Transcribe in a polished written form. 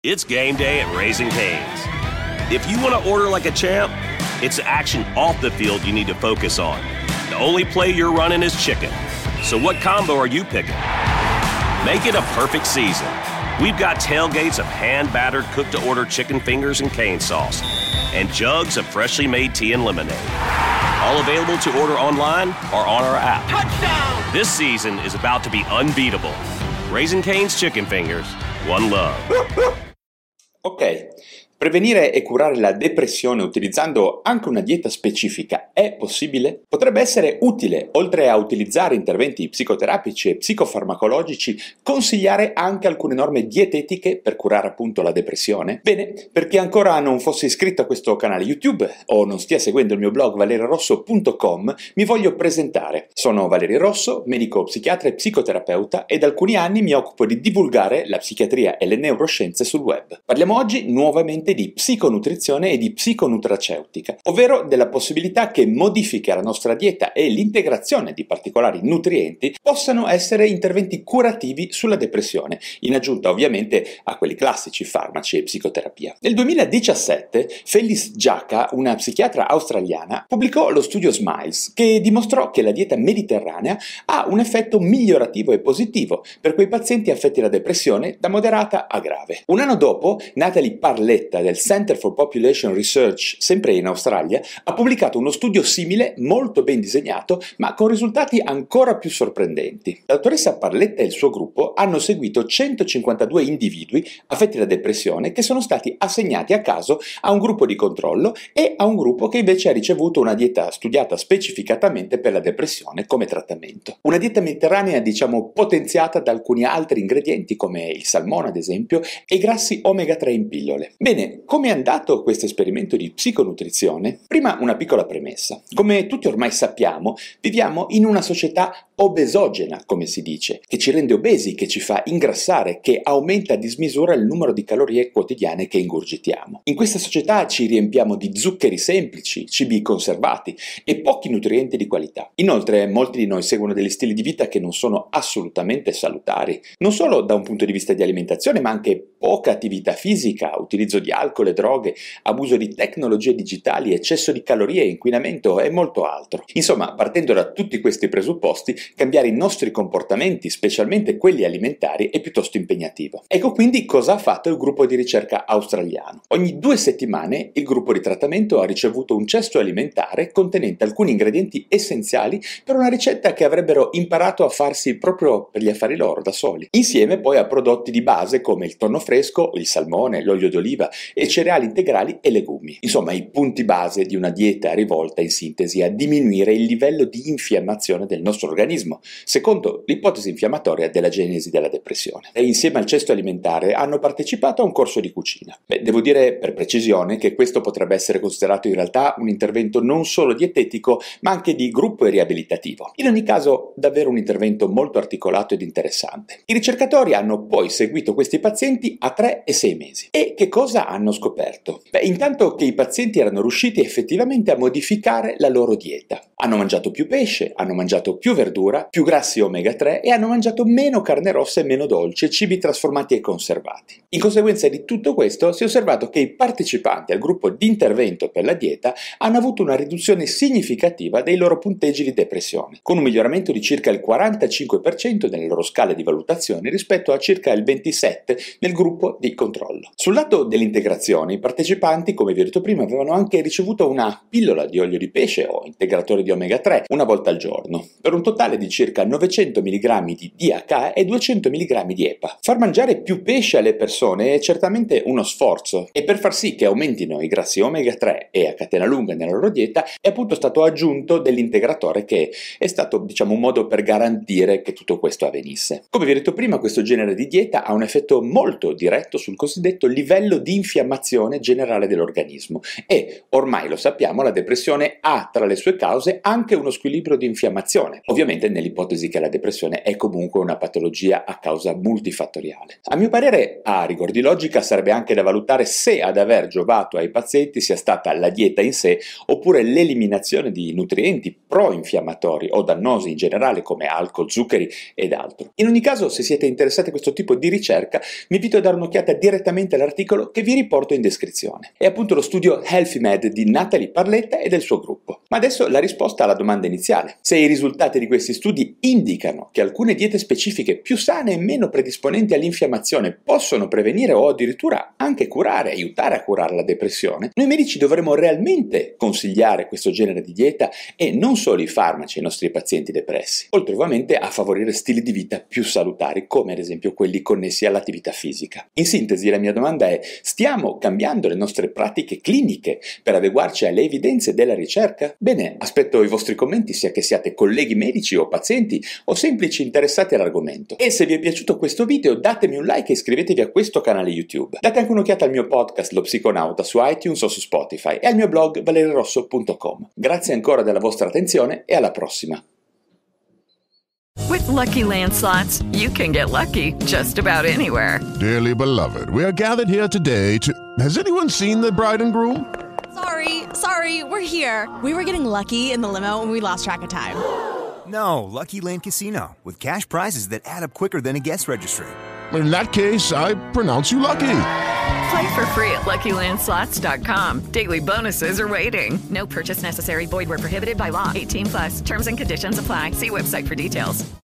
It's game day at Raising Cane's. If you want to order like a champ, it's the action off the field you need to focus on. The only play you're running is chicken. So what combo are you picking? Make it a perfect season. We've got tailgates of hand-battered, cooked-to-order chicken fingers and cane sauce, and jugs of freshly made tea and lemonade. All available to order online or on our app. Touchdown! This season is about to be unbeatable. Raising Cane's Chicken Fingers, one love. Ok, prevenire e curare la depressione utilizzando anche una dieta specifica è possibile? Potrebbe essere utile, oltre a utilizzare interventi psicoterapici e psicofarmacologici, consigliare anche alcune norme dietetiche per curare appunto la depressione? Bene, per chi ancora non fosse iscritto a questo canale YouTube o non stia seguendo il mio blog valerirosso.com, mi voglio presentare. Sono Valerio Rosso, medico psichiatra e psicoterapeuta, e da alcuni anni mi occupo di divulgare la psichiatria e le neuroscienze sul web. Parliamo oggi nuovamente di psiconutrizione e di psiconutraceutica, ovvero della possibilità che modifiche alla nostra dieta e l'integrazione di particolari nutrienti possano essere interventi curativi sulla depressione, in aggiunta ovviamente a quelli classici farmaci e psicoterapia. Nel 2017 Phyllis Jacka, una psichiatra australiana, pubblicò lo studio SMILES, che dimostrò che la dieta mediterranea ha un effetto migliorativo e positivo per quei pazienti affetti da depressione da moderata a grave. Un anno dopo, Natalie Parletta del Center for Population Research, sempre in Australia, ha pubblicato uno studio simile, molto ben disegnato, ma con risultati ancora più sorprendenti. La dottoressa Parletta e il suo gruppo hanno seguito 152 individui affetti da depressione che sono stati assegnati a caso a un gruppo di controllo e a un gruppo che invece ha ricevuto una dieta studiata specificatamente per la depressione come trattamento. Una dieta mediterranea, diciamo, potenziata da alcuni altri ingredienti come il salmone ad esempio e i grassi omega 3 in pillole. Bene, come è andato questo esperimento di psiconutrizione? Prima una piccola premessa. Come tutti ormai sappiamo, viviamo in una società obesogena, come si dice, che ci rende obesi, che ci fa ingrassare, che aumenta a dismisura il numero di calorie quotidiane che ingurgitiamo. In questa società ci riempiamo di zuccheri semplici, cibi conservati e pochi nutrienti di qualità. Inoltre, molti di noi seguono degli stili di vita che non sono assolutamente salutari, non solo da un punto di vista di alimentazione, ma anche poca attività fisica, utilizzo di alcol e droghe, abuso di tecnologie digitali, eccesso di calorie, inquinamento e molto altro. Insomma, partendo da tutti questi presupposti, cambiare i nostri comportamenti, specialmente quelli alimentari, è piuttosto impegnativo. Ecco quindi cosa ha fatto il gruppo di ricerca australiano. Ogni 2 settimane il gruppo di trattamento ha ricevuto un cesto alimentare contenente alcuni ingredienti essenziali per una ricetta che avrebbero imparato a farsi proprio per gli affari loro da soli, insieme poi a prodotti di base come il tonno fresco, il salmone, l'olio d'oliva e cereali integrali e legumi. Insomma, i punti base di una dieta rivolta in sintesi a diminuire il livello di infiammazione del nostro organismo, secondo l'ipotesi infiammatoria della genesi della depressione. E insieme al cesto alimentare hanno partecipato a un corso di cucina. Devo dire per precisione che questo potrebbe essere considerato in realtà un intervento non solo dietetico, ma anche di gruppo e riabilitativo. In ogni caso, davvero un intervento molto articolato ed interessante. I ricercatori hanno poi seguito questi pazienti a 3 e 6 mesi. E che cosa hanno scoperto? Intanto che i pazienti erano riusciti effettivamente a modificare la loro dieta. Hanno mangiato più pesce, hanno mangiato più verdura, più grassi omega 3 e hanno mangiato meno carne rossa e meno dolce, cibi trasformati e conservati. In conseguenza di tutto questo si è osservato che i partecipanti al gruppo di intervento per la dieta hanno avuto una riduzione significativa dei loro punteggi di depressione, con un miglioramento di circa il 45% nelle loro scale di valutazione rispetto a circa il 27% nel gruppo di controllo. Sul lato dell'integrazione, i partecipanti, come vi ho detto prima, avevano anche ricevuto una pillola di olio di pesce o integratore di omega 3 una volta al giorno, per un totale di circa 900 mg di DHA e 200 mg di EPA. Far mangiare più pesce alle persone è certamente uno sforzo, e per far sì che aumentino i grassi omega 3 e a catena lunga nella loro dieta è appunto stato aggiunto dell'integratore, che è stato, diciamo, un modo per garantire che tutto questo avvenisse. Come vi ho detto prima, questo genere di dieta ha un effetto molto diretto sul cosiddetto livello di infiammazione generale dell'organismo, e ormai lo sappiamo, la depressione ha tra le sue cause anche uno squilibrio di infiammazione, ovviamente ovviamente nell'ipotesi che la depressione è comunque una patologia a causa multifattoriale. A mio parere, a rigor di logica, sarebbe anche da valutare se ad aver giovato ai pazienti sia stata la dieta in sé oppure l'eliminazione di nutrienti pro-infiammatori o dannosi in generale come alcol, zuccheri ed altro. In ogni caso, se siete interessati a questo tipo di ricerca, vi invito a dare un'occhiata direttamente all'articolo che vi riporto in descrizione. È appunto lo studio Healthy Med di Natalie Parletta e del suo gruppo. Ma adesso la risposta alla domanda iniziale. Se i risultati di questi studi indicano che alcune diete specifiche più sane e meno predisponenti all'infiammazione possono prevenire o addirittura anche curare, aiutare a curare la depressione, noi medici dovremmo realmente consigliare questo genere di dieta e non solo i farmaci ai nostri pazienti depressi, oltre ovviamente a favorire stili di vita più salutari, come ad esempio quelli connessi all'attività fisica. In sintesi, la mia domanda è: stiamo cambiando le nostre pratiche cliniche per adeguarci alle evidenze della ricerca? Bene, aspetto i vostri commenti, sia che siate colleghi medici o pazienti o semplici interessati all'argomento. E se vi è piaciuto questo video, datemi un like e iscrivetevi a questo canale YouTube. Date anche un'occhiata al mio podcast Lo Psiconauta su iTunes o su Spotify e al mio blog valerirosso.com. Grazie ancora della vostra attenzione e alla prossima. With Lucky Land Slots, you can get lucky just about anywhere. Dearly beloved, we are gathered here today to... Has anyone seen the bride and groom? Sorry, we're here. We were getting lucky in the limo and we lost track of time. No, Lucky Land Casino, with cash prizes that add up quicker than a guest registry. In that case, I pronounce you lucky. Play for free at LuckyLandSlots.com. Daily bonuses are waiting. No purchase necessary. Void where prohibited by law. 18+. Terms and conditions apply. See website for details.